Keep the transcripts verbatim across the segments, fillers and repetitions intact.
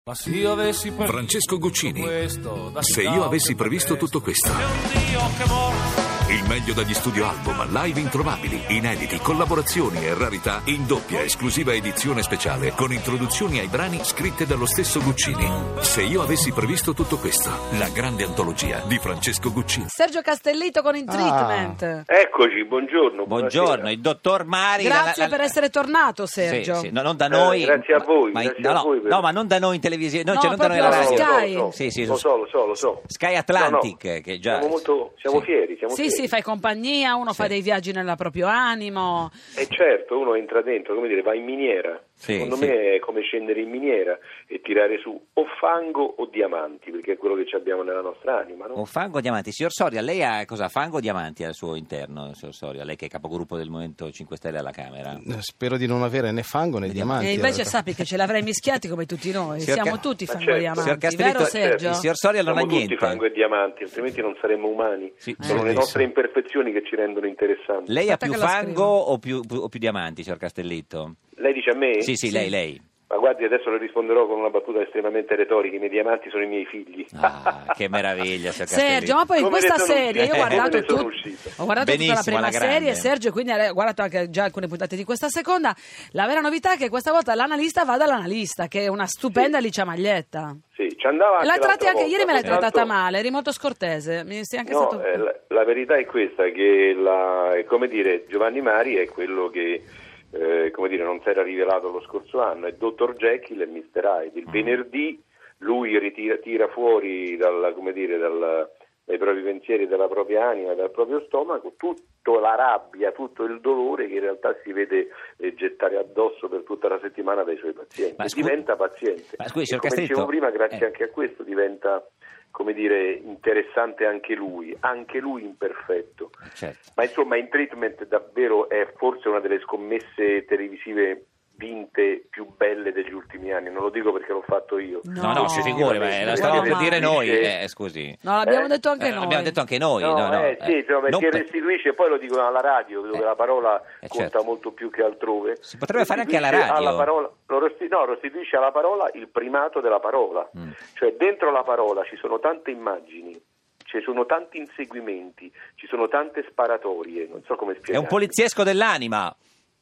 Ma se io avessi previsto Francesco Guccini. questo, da Se Chicago io avessi fino a previsto tutto questo. C'è un Dio che morto. Il meglio dagli studio album, live introvabili, inediti, collaborazioni e rarità in doppia esclusiva edizione speciale con introduzioni ai brani scritte dallo stesso Guccini. Se io avessi previsto tutto questo, la grande antologia di Francesco Guccini. Sergio Castellitto con In Treatment. Ah, eccoci, buongiorno. Buongiorno, buonasera. il dottor Mari. Grazie la- la- per essere tornato, Sergio. Sì, sì, no, non da Eh, noi. grazie a voi, ma- grazie no, a no, voi per- no, ma non da noi in televisione, no, No, cioè non da noi proprio alla su radio. Sky. Lo so, Sì, sì, lo su- so, lo so, lo so. Sky Atlantic, No, no, che già. Siamo molto, siamo sì. fieri, siamo Sì, fieri. sì, fai compagnia, uno fa dei viaggi nel proprio animo. E certo, uno entra dentro, come dire, va in miniera. Sì, Secondo sì. me è come scendere in miniera e tirare su o fango o diamanti, perché è quello che ci abbiamo nella nostra anima, no? O fango o diamanti. Signor Soria, lei ha cosa? Fango o diamanti al suo interno, signor Soria? Lei che è capogruppo del Movimento cinque Stelle alla Camera. Spero di non avere né fango né diamanti. E in invece realtà. sappi che ce l'avrei mischiati come tutti noi. Signor Siamo Ca- tutti Ma fango certo. diamanti, Signor Castellitto, vero Sergio? il signor Soria non ha Siamo tutti niente. fango e diamanti, altrimenti non saremmo umani. Sì. Sono le Bellissimo. nostre imperfezioni che ci rendono interessanti. Lei ha Aspetta più che la fango scrivo. o più, o più diamanti, signor Castellitto? Lei dice a me? Sì, sì, lei, lei. Ma guardi, adesso le risponderò con una battuta estremamente retorica. I miei diamanti sono i miei figli. Ah, che meraviglia, signor Castellitto. Sergio, ma poi in Come questa ne sono serie io ho uscito? guardato, Come ne sono tut- uscito? ho guardato tutta la Benissimo, prima alla grande. serie, Sergio, quindi ho guardato anche già alcune puntate di questa seconda. La vera novità è che questa volta l'analista va dall'analista, che è una stupenda Alicia Maglietta. Sì, ci andava anche L'hai tratti l'altra anche volta, ieri, me l'hai soltanto- trattata male, eri molto scortese. Mi sei anche No, stato... eh, la, la verità è questa, che la, è come dire, Giovanni Mari è quello che eh, come dire, non si era rivelato lo scorso anno, è dottor Jekyll e mister Hyde. Il venerdì lui ritira, tira fuori dal, come dire, dal, dai propri pensieri, dalla propria anima, dal proprio stomaco, tutta la rabbia, tutto il dolore che in realtà si vede eh, gettare addosso per tutta la settimana dai suoi pazienti. Ma scu- diventa paziente. Ma scusi, E signor come Castellitto, dicevo prima, grazie eh. anche a questo diventa, come dire, interessante anche lui, anche lui imperfetto. Certo. Ma insomma, In Treatment davvero è forse una delle scommesse televisive vinte più belle degli ultimi anni. Non lo dico perché l'ho fatto io. No, no, si figuri, ma la no, stavamo per ma- dire noi, Dice- eh, scusi. No, l'abbiamo Eh, detto anche Eh, noi. L'abbiamo detto anche noi. No, no, no, eh, sì, eh, insomma, non perché per- restituisce, e poi lo dicono alla radio, dove Eh, la parola eh, conta certo. molto più che altrove. Si potrebbe fare anche alla Restituisce radio. parola, lo resti- no, restituisce alla parola il primato della parola. Mm. Cioè dentro la parola ci sono tante immagini, ci sono tanti inseguimenti, ci sono tante sparatorie, non so come È spiegare. un poliziesco dell'anima.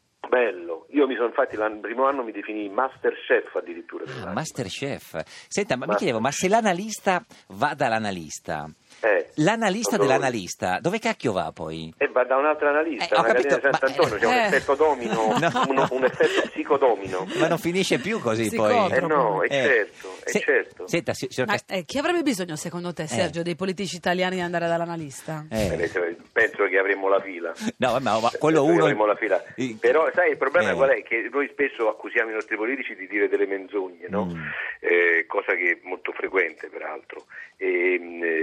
Bello, io mi sono infatti l'anno primo anno mi definii master chef addirittura. Ah, Masterchef. Senta, ma mi Master- chiedevo, ma se l'analista va dall'analista, Eh, l'analista non so- dell'analista, dove cacchio va poi? E va da un altro analista, Eh, ho una capito, catena di ma- Sant'Antonio, c'è un eh. effetto domino, No. un, un effetto psicodomino. Ma non finisce più così Si poi. copre. Eh no, è Eh, certo, è se- certo. Senta, si- signor Ma, Cast- eh, chi avrebbe bisogno, secondo te, Sergio, dei politici italiani di andare dall'analista? eh. Eh, Penso che avremmo la fila. No, vabbè, ma quello Penso che uno... avremmo la fila. I- Però sai, il problema Eh. qual è? Che noi spesso accusiamo i nostri politici di dire delle menzogne, no? Mm. Eh, cosa che è molto frequente peraltro. E,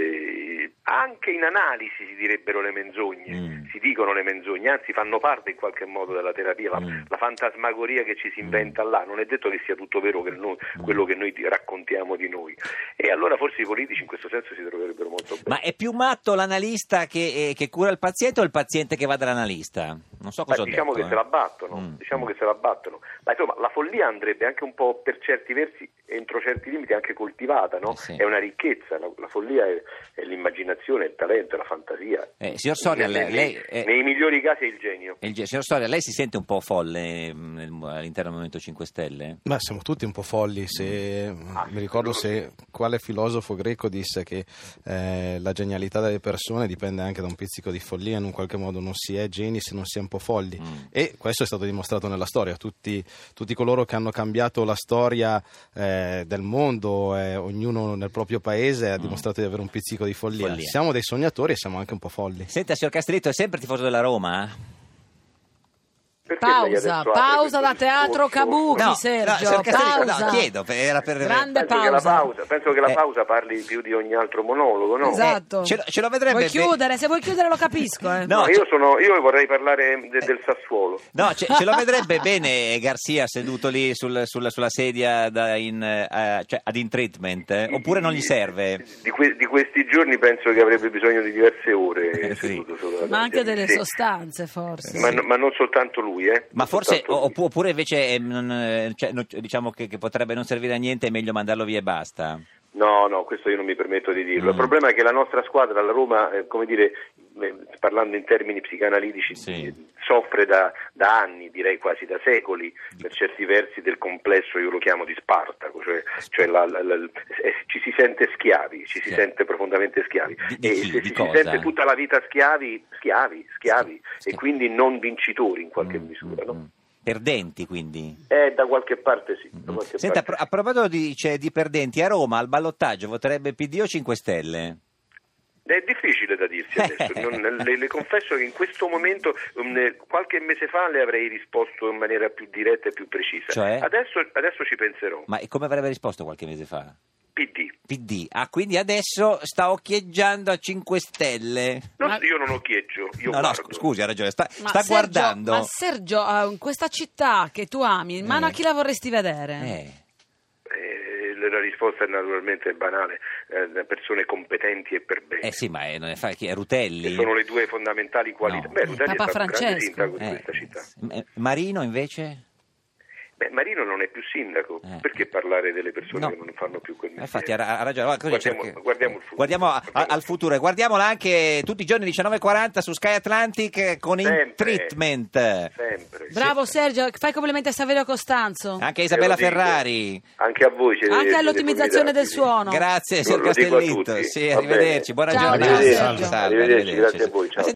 eh, anche in analisi si direbbero le menzogne, Mm. si dicono le menzogne, anzi fanno parte in qualche modo della terapia, la, Mm. la fantasmagoria che ci si inventa là, non è detto che sia tutto vero che noi- quello che noi ti- raccontiamo di noi. E allora forse i politici in questo senso si troverebbero molto bene. Ma è più matto l'analista che, eh, che cura il paziente o il paziente che va dall'analista? Non so cosa Beh, ho diciamo detto. che eh. se la battono, Mm. diciamo che se la battono. Ma insomma, la follia andrebbe anche un po' per certi versi, entro certi limiti, anche coltivata, no? Eh sì. È una ricchezza, la, la follia è, è l'immaginazione, è il talento, è la fantasia. Eh, signor Soria, Nei- lei- nei, lei è- nei migliori casi è il genio. Il ge- signor Soria, lei si sente un po' folle mh, nel- all'interno del Movimento cinque Stelle? Beh, siamo tutti un po' folli. Se, Ah, mi ricordo se quale filosofo greco disse che eh, la genialità delle persone dipende anche da un pizzico di follia, in un qualche modo non si è geni se non si è un po' folli. Mm. E questo è stato dimostrato nella storia. Tutti, tutti coloro che hanno cambiato la storia eh, del mondo, eh, ognuno nel proprio paese, ha dimostrato di avere un pizzico di follia. Follia. Siamo dei sognatori e siamo anche un po' folli. Senta, signor Castellitto, è sempre tifoso della Roma? Perché lei Pausa, adesso apre pausa da questo teatro discorso? Kabuki, No, Sergio, signor Castellitto, pausa. no, chiedo, era per... Grande Penso che, la pausa. pausa, penso che la Eh. pausa parli più di ogni altro monologo, no? Esatto. Eh, ce lo- ce lo vedrebbe Vuoi be- chiudere? Se vuoi chiudere lo capisco. Eh. No, No, ce- io, sono, io vorrei parlare de- del Sassuolo. No, ce, ce lo vedrebbe bene Garcia seduto lì sul- sulla, sulla sedia da in, eh, cioè, ad In Treatment, eh? Oppure non gli serve? Di, que- di questi giorni penso che avrebbe bisogno di diverse ore Eh, sì. seduto solo Ma anche delle sì. sostanze, forse. Ma, ma non soltanto lui. lui, eh. Ma forse, Soltanto lui. oppu- oppure invece eh, non, eh, cioè, no, diciamo che, che potrebbe non servire a niente, è meglio mandarlo via e basta. No, no, questo io non mi permetto di dirlo. Mm. Il problema è che la nostra squadra, la Roma, eh, come dire, eh, parlando in termini psicanalitici, Sì. eh, soffre da, da anni, direi quasi da secoli, per certi versi del complesso, io lo chiamo di Spartaco, cioè, cioè la, la, la, eh, ci si sente schiavi, ci si Sì. sente profondamente schiavi. Di- di e chi? se Di si, cosa? si sente tutta la vita schiavi, schiavi, schiavi, Sì. e quindi non vincitori in qualche Mm, misura, mm, no? mm. Perdenti, quindi. Eh, da qualche parte sì. Da qualche Senta, a parte pro- a proposito di, cioè, di perdenti, a Roma al ballottaggio voterebbe P D o cinque Stelle? È difficile da dirsi adesso, non- le, le confesso che in questo momento, um, qualche mese fa le avrei risposto in maniera più diretta e più precisa, Cioè? adesso, adesso ci penserò. Ma e come avrebbe risposto qualche mese fa? P D. P D. Ah, quindi adesso sta occhieggiando a cinque Stelle. No, Ma- io non occhieggio, io no, no, guardo. scu- scusi, ha ragione. Sta, Ma sta Sergio, guardando. Ma Sergio, eh, in questa città che tu ami, in mano Eh. a chi la vorresti vedere? Eh. Eh, la risposta è naturalmente banale, eh, da persone competenti e per bene. Eh sì, ma è, non è, fa- chi è Che Rutelli? sono le due fondamentali qualità. No. Beh, Rutelli Papa è stato un grande Francesco. sindaco di Eh, questa città. eh, Marino invece? Beh, Marino non è più sindaco, Eh. perché parlare delle persone No. che non fanno più quel Eh, mestiere? Infatti ha, ha ragione. Guarda, così Guardiamo- cerca- guardiamo il futuro. Guardiamo a- Guardiamo al il futuro e guardiamola anche tutti i giorni diciannove e quaranta su Sky Atlantic con In Sempre. Treatment. Sempre. Bravo Sergio, fai complimenti a Saverio Costanzo. Anche a Te Isabella lo dico. Ferrari. Anche a voi. siete- Anche siete all'ottimizzazione del formidabili. suono. Grazie, Lo- signor lo dico a Castellitto. tutti. Sì, Va arrivederci. bene. Buona Ciao, giornata. grazie, Salve, Sergio. salve, Arrivederci, grazie a voi, ciao. Ma